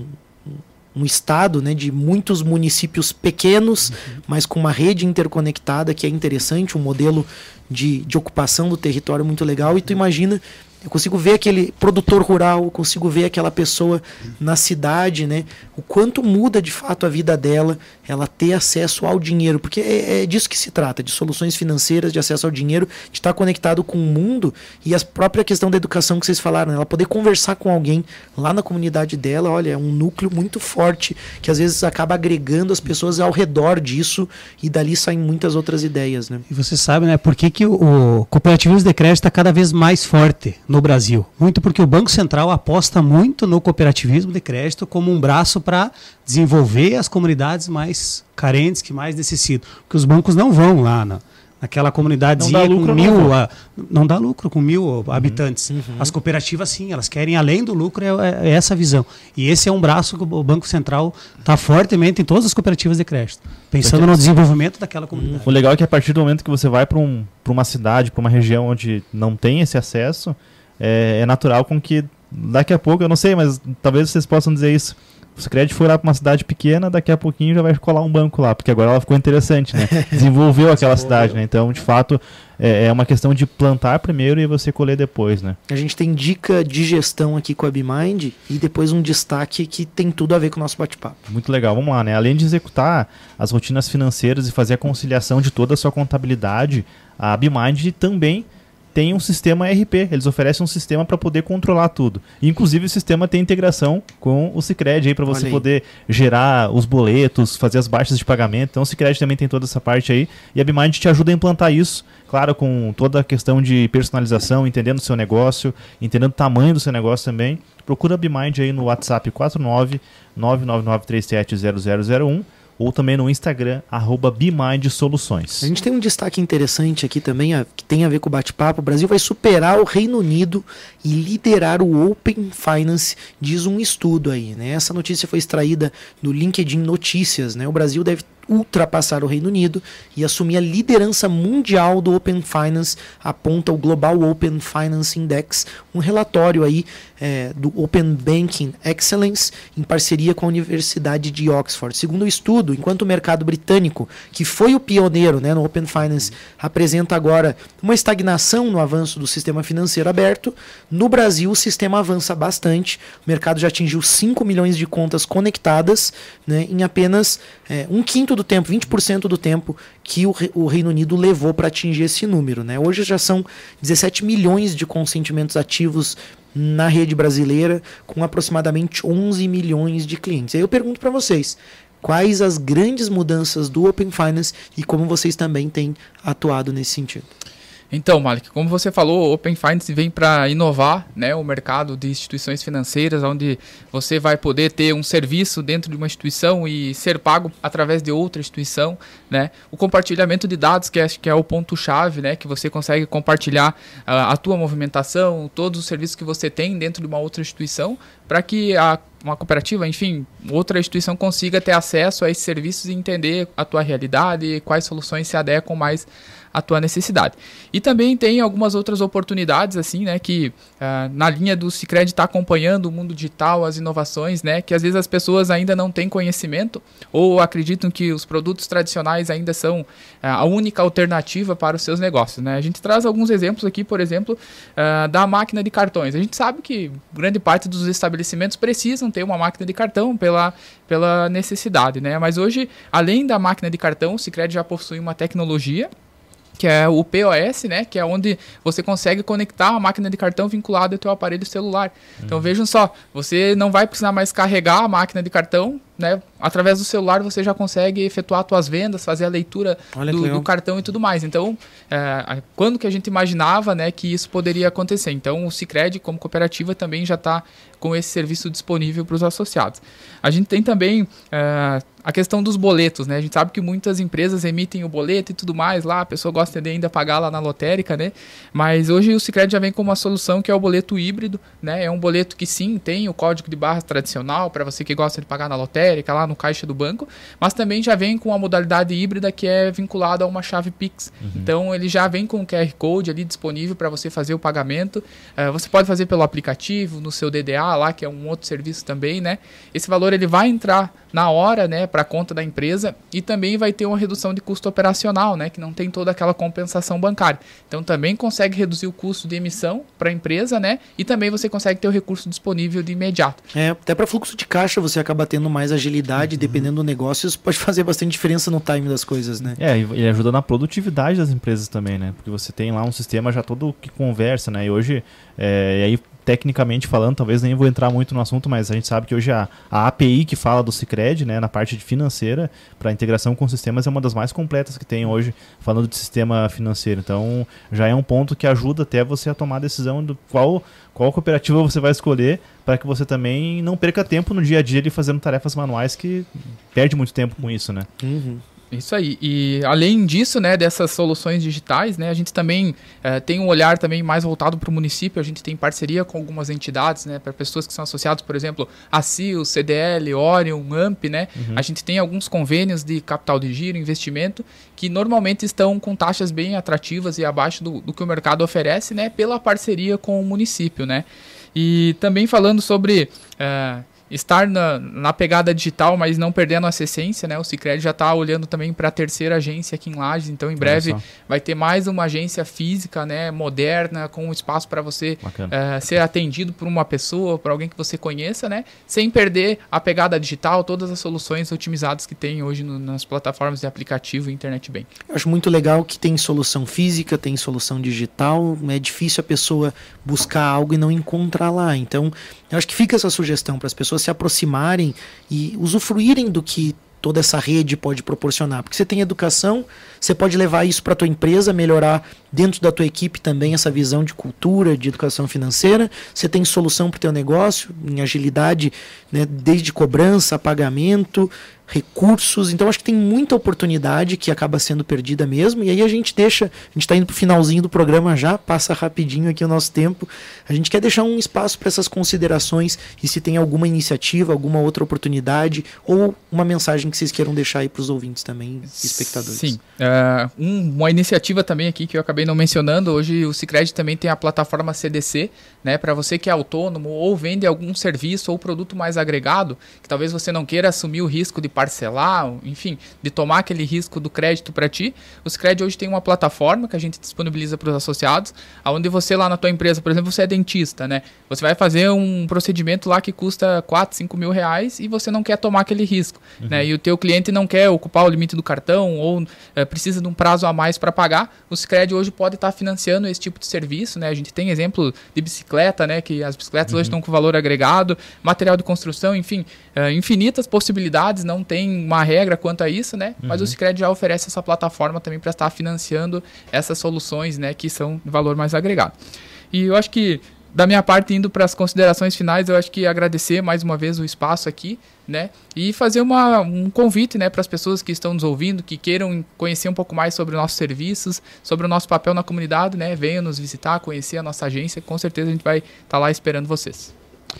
[SPEAKER 1] um estado, né, de muitos municípios pequenos, uhum. mas com uma rede interconectada que é interessante, um modelo de, de ocupação do território muito legal. E tu imagina... Eu consigo ver aquele produtor rural, eu consigo ver aquela pessoa na cidade, né? O quanto muda de fato a vida dela, ela ter acesso ao dinheiro, porque é, é disso que se trata, de soluções financeiras, de acesso ao dinheiro, de estar conectado com o mundo. E a própria questão da educação que vocês falaram, né? Ela poder conversar com alguém lá na comunidade dela, olha, é um núcleo muito forte, que às vezes acaba agregando as pessoas ao redor disso, e dali saem muitas outras ideias, né?
[SPEAKER 3] E você sabe, né, por que, que o, o cooperativismo de crédito está cada vez mais forte no Brasil? Muito porque o Banco Central aposta muito no cooperativismo de crédito como um braço para desenvolver as comunidades mais carentes, que mais necessitam. Porque os bancos não vão lá na, naquela comunidadezinha com mil... Não, a, não dá lucro com mil uhum, habitantes. Uhum. As cooperativas, sim, elas querem além do lucro, é, é essa visão. E esse é um braço que o Banco Central está fortemente em todas as cooperativas de crédito, pensando no desenvolvimento daquela comunidade.
[SPEAKER 2] O legal é que a partir do momento que você vai para um, para uma cidade, para uma região onde não tem esse acesso, É, é natural com que daqui a pouco, eu não sei, mas talvez vocês possam dizer isso. O Sicredi foi lá para uma cidade pequena, daqui a pouquinho já vai colar um banco lá, porque agora ela ficou interessante, né? Desenvolveu aquela cidade, né? Então, de fato, é, é uma questão de plantar primeiro e você colher depois, né?
[SPEAKER 1] A gente tem dica de gestão aqui com a BeMind e depois um destaque que tem tudo a ver com o nosso bate-papo.
[SPEAKER 2] Muito legal, vamos lá, né? Além de executar as rotinas financeiras e fazer a conciliação de toda a sua contabilidade, a BeMind também tem um sistema E R P, eles oferecem um sistema para poder controlar tudo. Inclusive o sistema tem integração com o Sicredi aí para você poder gerar os boletos, fazer as baixas de pagamento. Então o Sicredi também tem toda essa parte aí e a BeMind te ajuda a implantar isso, claro, com toda a questão de personalização, entendendo o seu negócio, entendendo o tamanho do seu negócio também. Procura a BeMind aí no WhatsApp quatro nove nove nove nove três sete zero zero zero um ou também no Instagram, arroba BeMind Soluções.
[SPEAKER 1] A gente tem um destaque interessante aqui também, a, que tem a ver com o bate-papo. O Brasil vai superar o Reino Unido e liderar o Open Finance, diz um estudo aí, né? Essa notícia foi extraída do LinkedIn Notícias, né? O Brasil deve ultrapassar o Reino Unido e assumir a liderança mundial do Open Finance, aponta o Global Open Finance Index, um relatório aí é, do Open Banking Excellence em parceria com a Universidade de Oxford. Segundo o estudo, enquanto o mercado britânico, que foi o pioneiro, né, no Open Finance, apresenta agora uma estagnação no avanço do sistema financeiro aberto, no Brasil o sistema avança bastante. O mercado já atingiu cinco milhões de contas conectadas, né, em apenas é, um quinto do tempo, vinte por cento do tempo que o, o Reino Unido levou para atingir esse número, né? Hoje já são dezessete milhões de consentimentos ativos na rede brasileira, com aproximadamente onze milhões de clientes. Aí eu pergunto para vocês, quais as grandes mudanças do Open Finance e como vocês também têm atuado nesse sentido?
[SPEAKER 4] Então, Malik, como você falou, o Open Finance vem para inovar, né, o mercado de instituições financeiras, onde você vai poder ter um serviço dentro de uma instituição e ser pago através de outra instituição, né? O compartilhamento de dados, que acho que é o ponto-chave, né, que você consegue compartilhar uh, a tua movimentação, todos os serviços que você tem dentro de uma outra instituição, para que a uma cooperativa, enfim, outra instituição consiga ter acesso a esses serviços e entender a tua realidade, quais soluções se adequam mais à tua necessidade. E também tem algumas outras oportunidades, assim, né, que uh, na linha do Sicredi está acompanhando o mundo digital, as inovações, né, que às vezes as pessoas ainda não têm conhecimento ou acreditam que os produtos tradicionais ainda são uh, a única alternativa para os seus negócios, né. A gente traz alguns exemplos aqui, por exemplo, uh, da máquina de cartões. A gente sabe que grande parte dos estabelecimentos precisam ter uma máquina de cartão pela, pela necessidade, né, mas hoje, além da máquina de cartão, o Sicredi já possui uma tecnologia que é o P O S, né, que é onde você consegue conectar a máquina de cartão vinculada ao teu aparelho celular. Uhum. Então vejam só, você não vai precisar mais carregar a máquina de cartão, né, através do celular você já consegue efetuar suas vendas, fazer a leitura do, do cartão e tudo mais. Então, é, quando que a gente imaginava, né, que isso poderia acontecer? Então o Sicredi, como cooperativa, também já está com esse serviço disponível para os associados. A gente tem também é, a questão dos boletos, né? A gente sabe que muitas empresas emitem o boleto e tudo mais lá, a pessoa gosta de ainda pagar lá na lotérica, né? Mas hoje o Sicredi já vem com uma solução que é o boleto híbrido, né? É um boleto que sim, tem o código de barras tradicional para você que gosta de pagar na lotérica, lá no caixa do banco, mas também já vem com a modalidade híbrida que é vinculada a uma chave Pix. Uhum. Então ele já vem com o Q R Code ali disponível para você fazer o pagamento. Uh, você pode fazer pelo aplicativo, no seu D D A lá, que é um outro serviço também, né? Esse valor ele vai entrar na hora, né, para a conta da empresa e também vai ter uma redução de custo operacional, né, que não tem toda aquela compensação bancária. Então também consegue reduzir o custo de emissão para a empresa, né, e também você consegue ter o recurso disponível de imediato.
[SPEAKER 1] É, até para fluxo de caixa você acaba tendo mais agilidade, uhum. Dependendo do negócio, isso pode fazer bastante diferença no time das coisas, né?
[SPEAKER 2] É, e ajuda na produtividade das empresas também, né, porque você tem lá um sistema já todo que conversa, né, e hoje, é, e aí tecnicamente falando, talvez nem vou entrar muito no assunto, mas a gente sabe que hoje a, a A P I que fala do Sicredi, né, na parte de financeira, para integração com sistemas, é uma das mais completas que tem hoje, falando de sistema financeiro. Então, já é um ponto que ajuda até você a tomar a decisão do qual, qual cooperativa você vai escolher, para que você também não perca tempo no dia a dia de fazendo tarefas manuais, que perde muito tempo com isso, né?
[SPEAKER 1] Uhum.
[SPEAKER 4] Isso aí. E além disso, né, dessas soluções digitais, né, a gente também eh, tem um olhar também mais voltado para o município. A gente tem parceria com algumas entidades, né, para pessoas que são associadas, por exemplo, a C I L, C D L, Orion, A M P, né. Uhum. A gente tem alguns convênios de capital de giro, investimento, que normalmente estão com taxas bem atrativas e abaixo do, do que o mercado oferece, né, pela parceria com o município, né. E também falando sobre... Eh, estar na, na pegada digital, mas não perdendo a essência, né? O Sicredi já está olhando também para a terceira agência aqui em Lages, então em breve vai ter mais uma agência física, né, moderna, com um espaço para você uh, ser atendido por uma pessoa, por alguém que você conheça, né? Sem perder a pegada digital, todas as soluções otimizadas que tem hoje no, nas plataformas de aplicativo e internet bem.
[SPEAKER 1] Eu acho muito legal que tem solução física, tem solução digital, é difícil a pessoa buscar algo e não encontrar lá, então eu acho que fica essa sugestão para as pessoas se aproximarem e usufruírem do que toda essa rede pode proporcionar, porque você tem educação, você pode levar isso para a tua empresa, melhorar dentro da tua equipe também essa visão de cultura, de educação financeira, você tem solução para o teu negócio, em agilidade, né, desde cobrança, pagamento, recursos, então acho que tem muita oportunidade que acaba sendo perdida mesmo, e aí a gente deixa, a gente está indo para o finalzinho do programa já, passa rapidinho aqui o nosso tempo, a gente quer deixar um espaço para essas considerações, e se tem alguma iniciativa, alguma outra oportunidade, ou uma mensagem que vocês queiram deixar aí para os ouvintes também, espectadores.
[SPEAKER 4] Sim, uh, um, uma iniciativa também aqui que eu acabei não mencionando, hoje o Sicredi também tem a plataforma C D C, né, para você que é autônomo ou vende algum serviço ou produto mais agregado, que talvez você não queira assumir o risco de parcelar, enfim, de tomar aquele risco do crédito para ti. O Sicredi hoje tem uma plataforma que a gente disponibiliza para os associados, onde você lá na tua empresa, por exemplo, você é dentista, né? Você vai fazer um procedimento lá que custa quatro, cinco mil reais e você não quer tomar aquele risco, uhum. né? E o teu cliente não quer ocupar o limite do cartão ou é, precisa de um prazo a mais para pagar. O Sicredi hoje pode estar tá financiando esse tipo de serviço, né? A gente tem exemplo de bicicleta, né? Que as bicicletas uhum. hoje estão com valor agregado, material de construção, enfim, é, infinitas possibilidades, não tem uma regra quanto a isso, né? Uhum. Mas o Sicredi já oferece essa plataforma também para estar financiando essas soluções, né? Que são de valor mais agregado. E eu acho que, da minha parte, indo para as considerações finais, eu acho que agradecer mais uma vez o espaço aqui, né? E fazer uma, um convite, né, para as pessoas que estão nos ouvindo, que queiram conhecer um pouco mais sobre os nossos serviços, sobre o nosso papel na comunidade, né? Venham nos visitar, conhecer a nossa agência, com certeza a gente vai estar lá esperando vocês.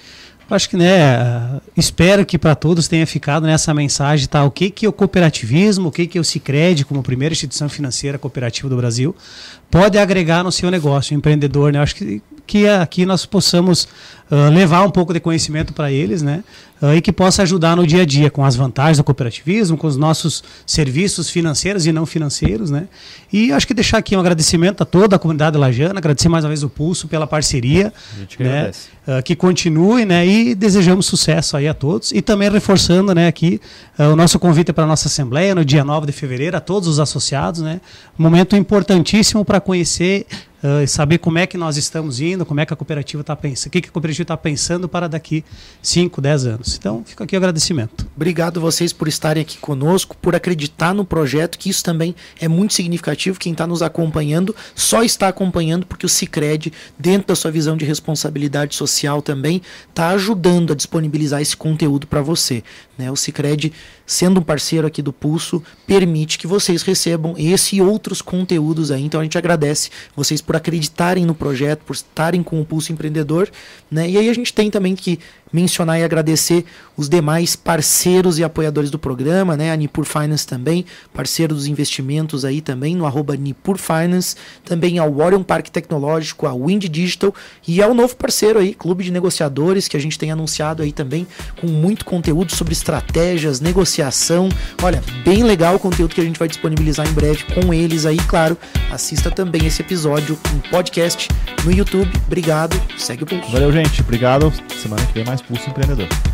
[SPEAKER 3] Acho que, né, espero que para todos tenha ficado nessa mensagem, tá? O que que é o cooperativismo, o que que é o Sicredi, como primeira instituição financeira cooperativa do Brasil, pode agregar no seu negócio, o empreendedor, né? Acho que, que aqui nós possamos uh, levar um pouco de conhecimento para eles, né? Uh, e que possa ajudar no dia a dia, com as vantagens do cooperativismo, com os nossos serviços financeiros e não financeiros, né? E acho que deixar aqui um agradecimento a toda a comunidade lajana, agradecer mais uma vez o Pulso pela parceria,
[SPEAKER 2] A gente que
[SPEAKER 3] né?
[SPEAKER 2] agradece.
[SPEAKER 3] Uh, que continue, né? E desejamos sucesso aí a todos. E também reforçando, né, aqui uh, o nosso convite para a nossa Assembleia no dia nove de fevereiro, a todos os associados, né? Um momento importantíssimo para conhecer uh, e saber como é que nós estamos indo, como é que a cooperativa está pensando, o que, que a cooperativa está pensando para daqui cinco, dez anos. Então, fica aqui o agradecimento.
[SPEAKER 1] Obrigado vocês por estarem aqui conosco, por acreditar no projeto, que isso também é muito significativo. Quem está nos acompanhando só está acompanhando porque o Sicredi, dentro da sua visão de responsabilidade social também, está ajudando a disponibilizar esse conteúdo para você, né? O Sicredi, sendo um parceiro aqui do Pulso, permite que vocês recebam esse e outros conteúdos aí. Então a gente agradece vocês por acreditarem no projeto, por estarem com o Pulso Empreendedor, né? E aí a gente tem também que mencionar e agradecer os demais parceiros e apoiadores do programa, né? A Nipur Finance também, parceiro dos investimentos aí também, no arroba Nipur Finance, também ao Orion Parque Tecnológico, a Wind Digital e ao novo parceiro aí, Clube de Negociadores, que a gente tem anunciado aí também, com muito conteúdo sobre estratégias, negociação. Olha, bem legal o conteúdo que a gente vai disponibilizar em breve com eles aí, claro. Assista também esse episódio em podcast no YouTube. Obrigado, segue o Pulso.
[SPEAKER 2] Valeu, gente. Obrigado. Semana que vem mais Pulso Empreendedor.